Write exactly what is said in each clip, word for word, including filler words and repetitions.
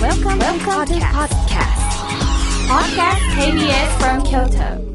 Welcome, Welcome to podcast. Podcast ケービーエス from Kyoto.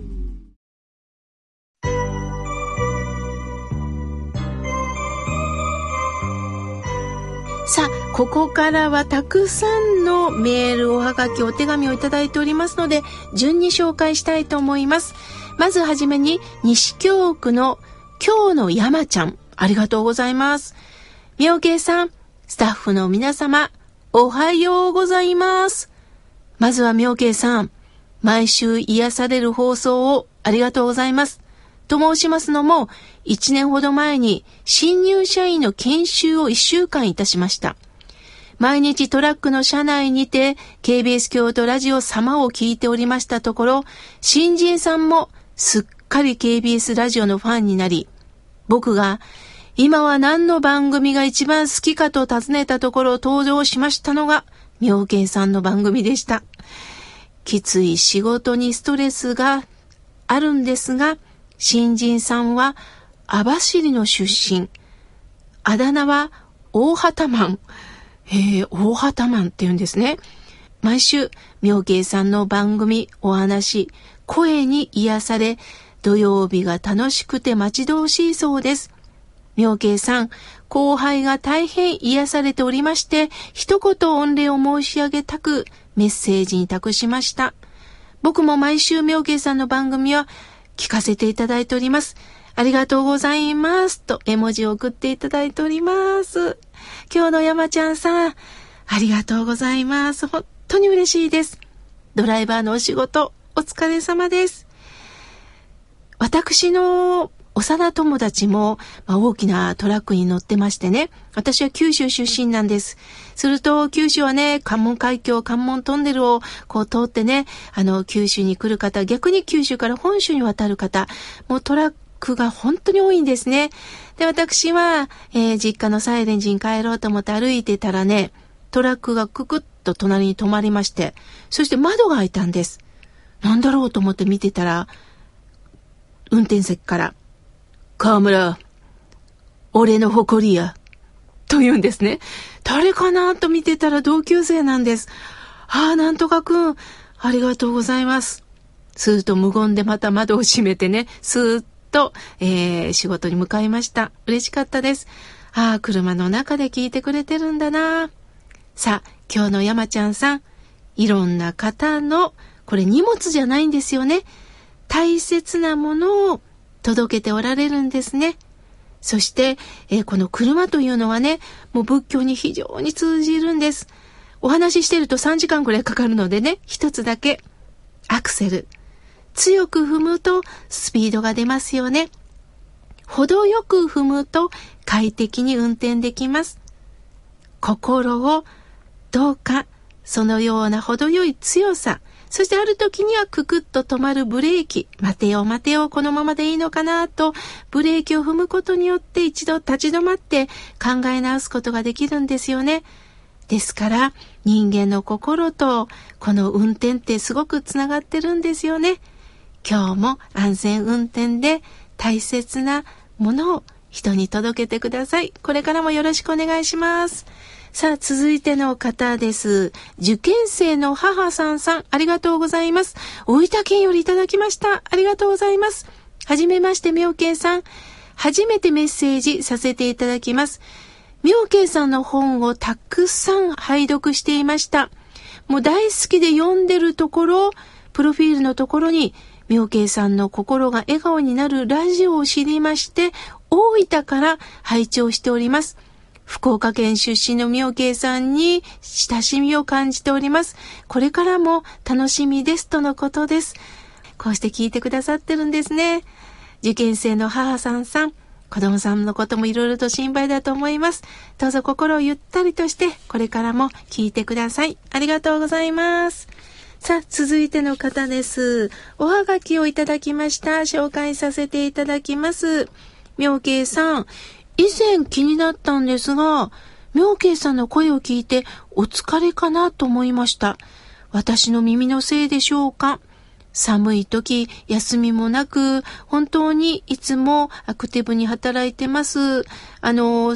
さあ、ここからはたくさんのメール、おはがき、お手紙をいただいておりますので、順に紹介したいと思います。まずはじめに、西京区の今日の山ちゃん、ありがとうございます。みょうけいさん、スタッフの皆様、おはようございます。まずはみょうけいさん、毎週癒される放送をありがとうございます。と申しますのも、一年ほど前に新入社員の研修を一週間いたしました。毎日トラックの車内にて ケービーエス 京都ラジオ様を聞いておりましたところ、新人さんもすっかり ケービーエス ラジオのファンになり、僕が今は何の番組が一番好きかと尋ねたところ登場しましたのがみょうけいさんの番組でした。きつい仕事にストレスがあるんですが、新人さんは網走の出身。あだ名は大畑マン。へえ、大畑マンって言うんですね。毎週、みょうけいさんの番組、お話、声に癒され、土曜日が楽しくて待ち遠しいそうです。みょうけいさん、後輩が大変癒されておりまして、一言御礼を申し上げたく、メッセージに託しました。僕も毎週みょうけいさんの番組は、聞かせていただいております。ありがとうございます。と絵文字を送っていただいております。今日の山ちゃんさん、ありがとうございます。本当に嬉しいです。ドライバーのお仕事、お疲れ様です。私の幼友達も、まあ、大きなトラックに乗ってましてね、私は九州出身なんです。すると九州はね、関門海峡、関門トンネルをこう通ってね、あの九州に来る方、逆に九州から本州に渡る方、もうトラックが本当に多いんですね。で、私は、えー、実家のサイレン寺に帰ろうと思って歩いてたらね、トラックがククッと隣に止まりまして、そして窓が開いたんです。なんだろうと思って見てたら、運転席から、河村、俺の誇りや、と言うんですね。誰かなと見てたら同級生なんです。ああ、なんとかくん、ありがとうございます。すーっと無言でまた窓を閉めてね、スーッと、えー、仕事に向かいました。嬉しかったです。ああ、車の中で聞いてくれてるんだな。さあ、今日の山ちゃんさん、いろんな方の、これ荷物じゃないんですよね。大切なものを届けておられるんですね。そして、えー、この車というのはね、もう仏教に非常に通じるんです。お話ししてるとさんじかんくらいかかるのでね、一つだけ。アクセル。強く踏むとスピードが出ますよね。程よく踏むと快適に運転できます。心をどうかそのような程よい強さ、そしてある時にはククッと止まるブレーキ、待てよ待てよこのままでいいのかなとブレーキを踏むことによって一度立ち止まって考え直すことができるんですよね。ですから人間の心とこの運転ってすごくつながってるんですよね。今日も安全運転で大切なものを人に届けてください。これからもよろしくお願いします。さあ、続いての方です。受験生の母さんさん、ありがとうございます。大分県よりいただきました。ありがとうございます。はじめまして、みょうけいさん。初めてメッセージさせていただきます。みょうけいさんの本をたくさん拝読していました。もう大好きで読んでるところ、プロフィールのところに、みょうけいさんの心が笑顔になるラジオを知りまして、大分から拝聴しております。福岡県出身のみょうけいさんに親しみを感じております。これからも楽しみですとのことです。こうして聞いてくださってるんですね。受験生の母さんさん、子供さんのこともいろいろと心配だと思います。どうぞ心をゆったりとしてこれからも聞いてください。ありがとうございます。さあ、続いての方です。おはがきをいただきました。紹介させていただきます。みょうけいさん、以前気になったんですが、みょうけいさんの声を聞いてお疲れかなと思いました。私の耳のせいでしょうか。寒い時、休みもなく、本当にいつもアクティブに働いてます。あの、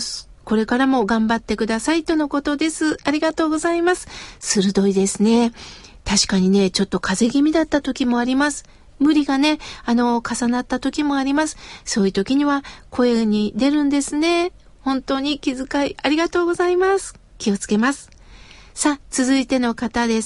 これからも頑張ってくださいとのことです。ありがとうございます。鋭いですね。確かにね、ちょっと風邪気味だった時もあります。無理がね、あの、重なった時もあります。そういう時には声に出るんですね。本当に気遣いありがとうございます。気をつけます。さあ、続いての方です。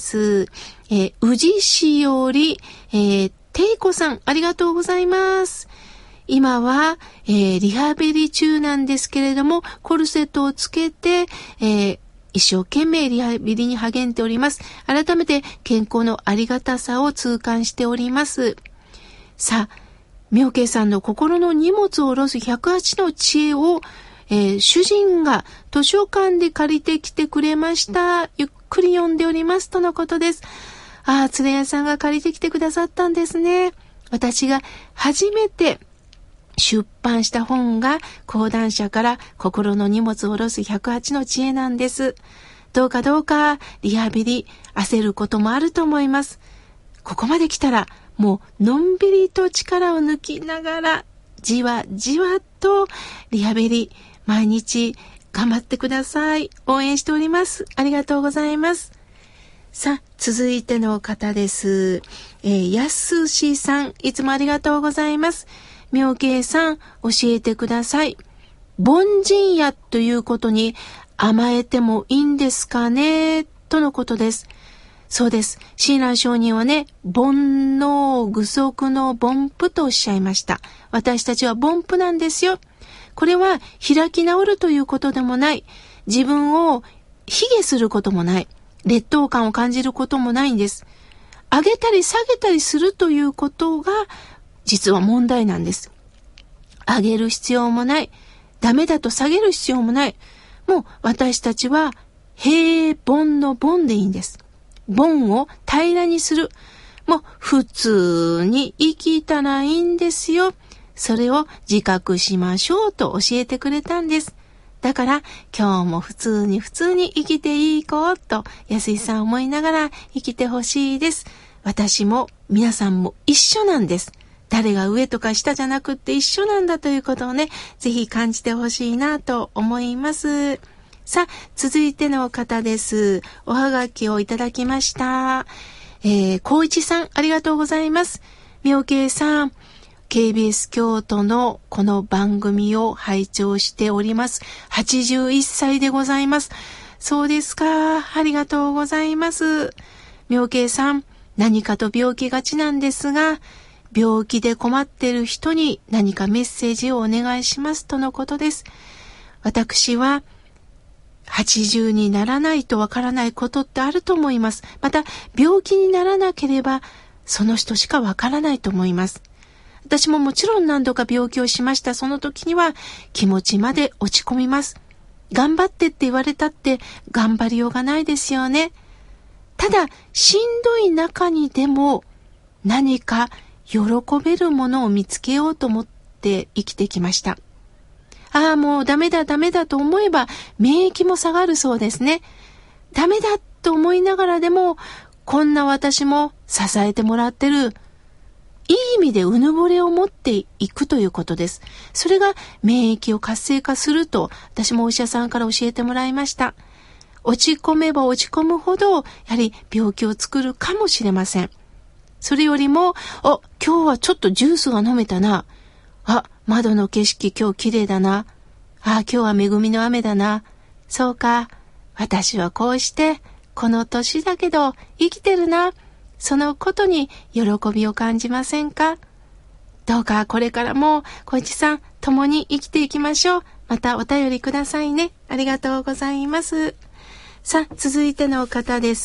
えー、宇治市より、えー、ていこさん、ありがとうございます。今は、えー、リハビリ中なんですけれども、コルセットをつけて、えー、一生懸命リハビリに励んでおります。改めて健康のありがたさを痛感しております。さあ、妙慶さんの心の荷物を下ろすひゃくはちの知恵を、えー、主人が図書館で借りてきてくれました。ゆっくり読んでおりますとのことです。ああ、つれやさんが借りてきてくださったんですね。私が初めて出版した本が講談社から心の荷物を下ろすひゃくはちの知恵なんです。どうかどうかリハビリ焦ることもあると思います。ここまで来たらもうのんびりと力を抜きながらじわじわとリハビリ毎日頑張ってください。応援しております。ありがとうございます。さあ、続いての方です。えー、やすしさん、いつもありがとうございます。妙慶さん、教えてください。凡人やということに甘えてもいいんですかねとのことです。そうです。親鸞上人はね、煩悩具足の凡夫とおっしゃいました。私たちは凡夫なんですよ。これは開き直るということでもない。自分を卑下することもない。劣等感を感じることもないんです。上げたり下げたりするということが実は問題なんです。上げる必要もない。ダメだと下げる必要もない。もう私たちは平凡の凡でいいんです。凡を平らにする。もう普通に生きたらいいんですよ。それを自覚しましょうと教えてくれたんです。だから今日も普通に普通に生きていこうと安井さん思いながら生きてほしいです。私も皆さんも一緒なんです。誰が上とか下じゃなくって一緒なんだということをね、ぜひ感じてほしいなと思います。さあ、続いての方です。おはがきをいただきました。えー、光一さん、ありがとうございます。妙慶さん、ケービーエス 京都のこの番組を拝聴しております。はちじゅういっさいでございます。そうですか。ありがとうございます。妙慶さん、何かと病気がちなんですが、病気で困っている人に何かメッセージをお願いしますとのことです。私ははちじゅうにならないとわからないことってあると思います。また病気にならなければその人しかわからないと思います。私ももちろん何度か病気をしました。その時には気持ちまで落ち込みます。頑張ってって言われたって頑張りようがないですよね。ただしんどい中にでも何か喜べるものを見つけようと思って生きてきました。ああ、もうダメだダメだと思えば免疫も下がるそうですね。ダメだと思いながらでもこんな私も支えてもらってる。いい意味でうぬぼれを持っていくということです。それが免疫を活性化すると私もお医者さんから教えてもらいました。落ち込めば落ち込むほどやはり病気を作るかもしれません。それよりも、あ、今日はちょっとジュースが飲めたな。あ、窓の景色今日綺麗だな。あ、今日は恵みの雨だな。そうか。私はこうして、この年だけど生きてるな。そのことに喜びを感じませんか？どうかこれからも、小市さん、共に生きていきましょう。またお便りくださいね。ありがとうございます。さあ、続いての方です。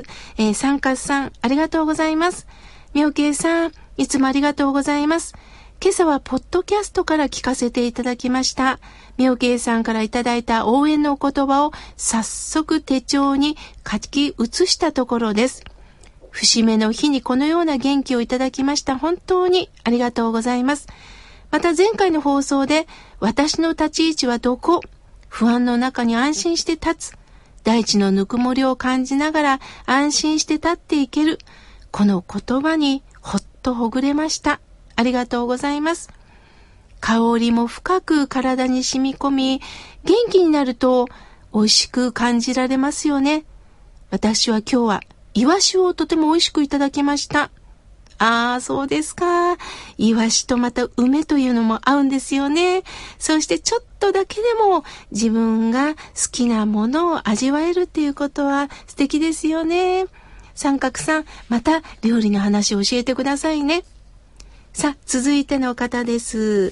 えー、三角さん、ありがとうございます。妙慶さん、いつもありがとうございます。今朝はポッドキャストから聞かせていただきました。妙慶さんからいただいた応援のお言葉を早速手帳に書き写したところです。節目の日にこのような元気をいただきました。本当にありがとうございます。また前回の放送で私の立ち位置はどこ？不安の中に安心して立つ。大地のぬくもりを感じながら安心して立っていける。この言葉にほっとほぐれました。ありがとうございます。 香りも深く体に染み込み、元気になると美味しく感じられますよね。私は今日はイワシをとても美味しくいただきました。ああ、そうですか。イワシとまた梅というのも合うんですよね。そしてちょっとだけでも自分が好きなものを味わえるっていうことは素敵ですよね。三角さん、また料理の話を教えてくださいね。さあ、続いての方です。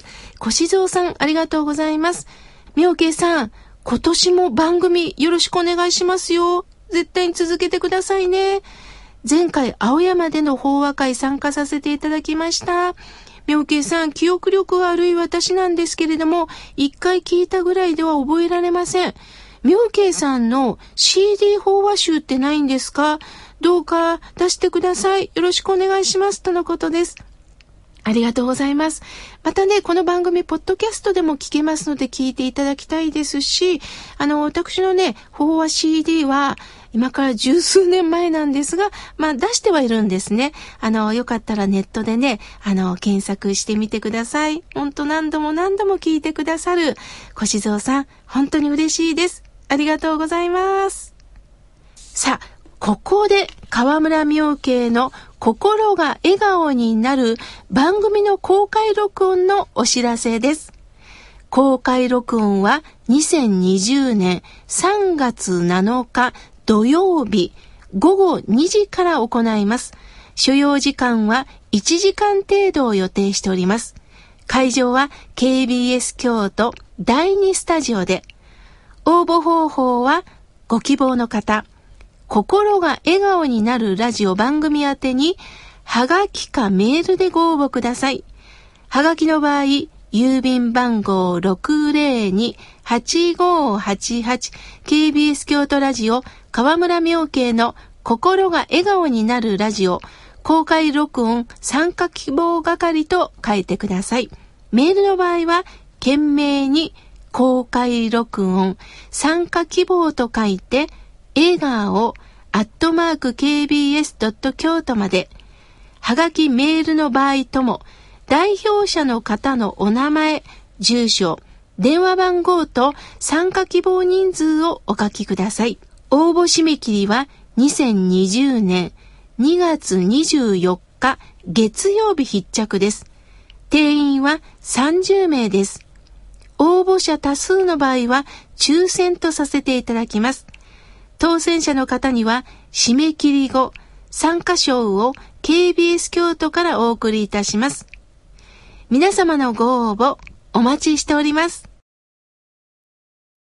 小志蔵さん、ありがとうございます。妙慶さん、今年も番組よろしくお願いしますよ。絶対に続けてくださいね。前回青山での法話会参加させていただきました。妙慶さん、記憶力悪い私なんですけれども、一回聞いたぐらいでは覚えられません。妙慶さんの シーディー 法話集ってないんですか？どうか出してください。よろしくお願いします。とのことです。ありがとうございます。またね、この番組、ポッドキャストでも聞けますので聞いていただきたいですし、あの、私のね、法話 シーディー は、今から十数年前なんですが、まあ出してはいるんですね。あの、よかったらネットでね、あの、検索してみてください。ほんと何度も何度も聞いてくださる小志蔵さん、本当に嬉しいです。ありがとうございます。さあ、ここで河村妙慶の心が笑顔になる番組の公開録音のお知らせです。公開録音はにせんにじゅうねんさんがつなのか土曜日ごごにじから行います。所要時間はいちじかん程度を予定しております。会場は ケービーエス 京都だいにスタジオで。応募方法はご希望の方、心が笑顔になるラジオ番組宛てにはがきかメールでご応募ください。はがきの場合、郵便番号 ろくまるに はちごはちはち ケービーエス 京都ラジオ河村妙慶の心が笑顔になるラジオ公開録音参加希望係と書いてください。メールの場合は懸命に公開録音参加希望と書いて笑顔アットマーク ケービーエス ドット 京都まで。はがきメールの場合とも代表者の方のお名前、住所、電話番号と参加希望人数をお書きください。応募締め切りはにせんにじゅうねんにがつにじゅうよっか月曜日必着です。定員はさんじゅうめいです。応募者多数の場合は抽選とさせていただきます。当選者の方には締め切り後、参加賞を ケービーエス 京都からお送りいたします。皆様のご応募お待ちしております。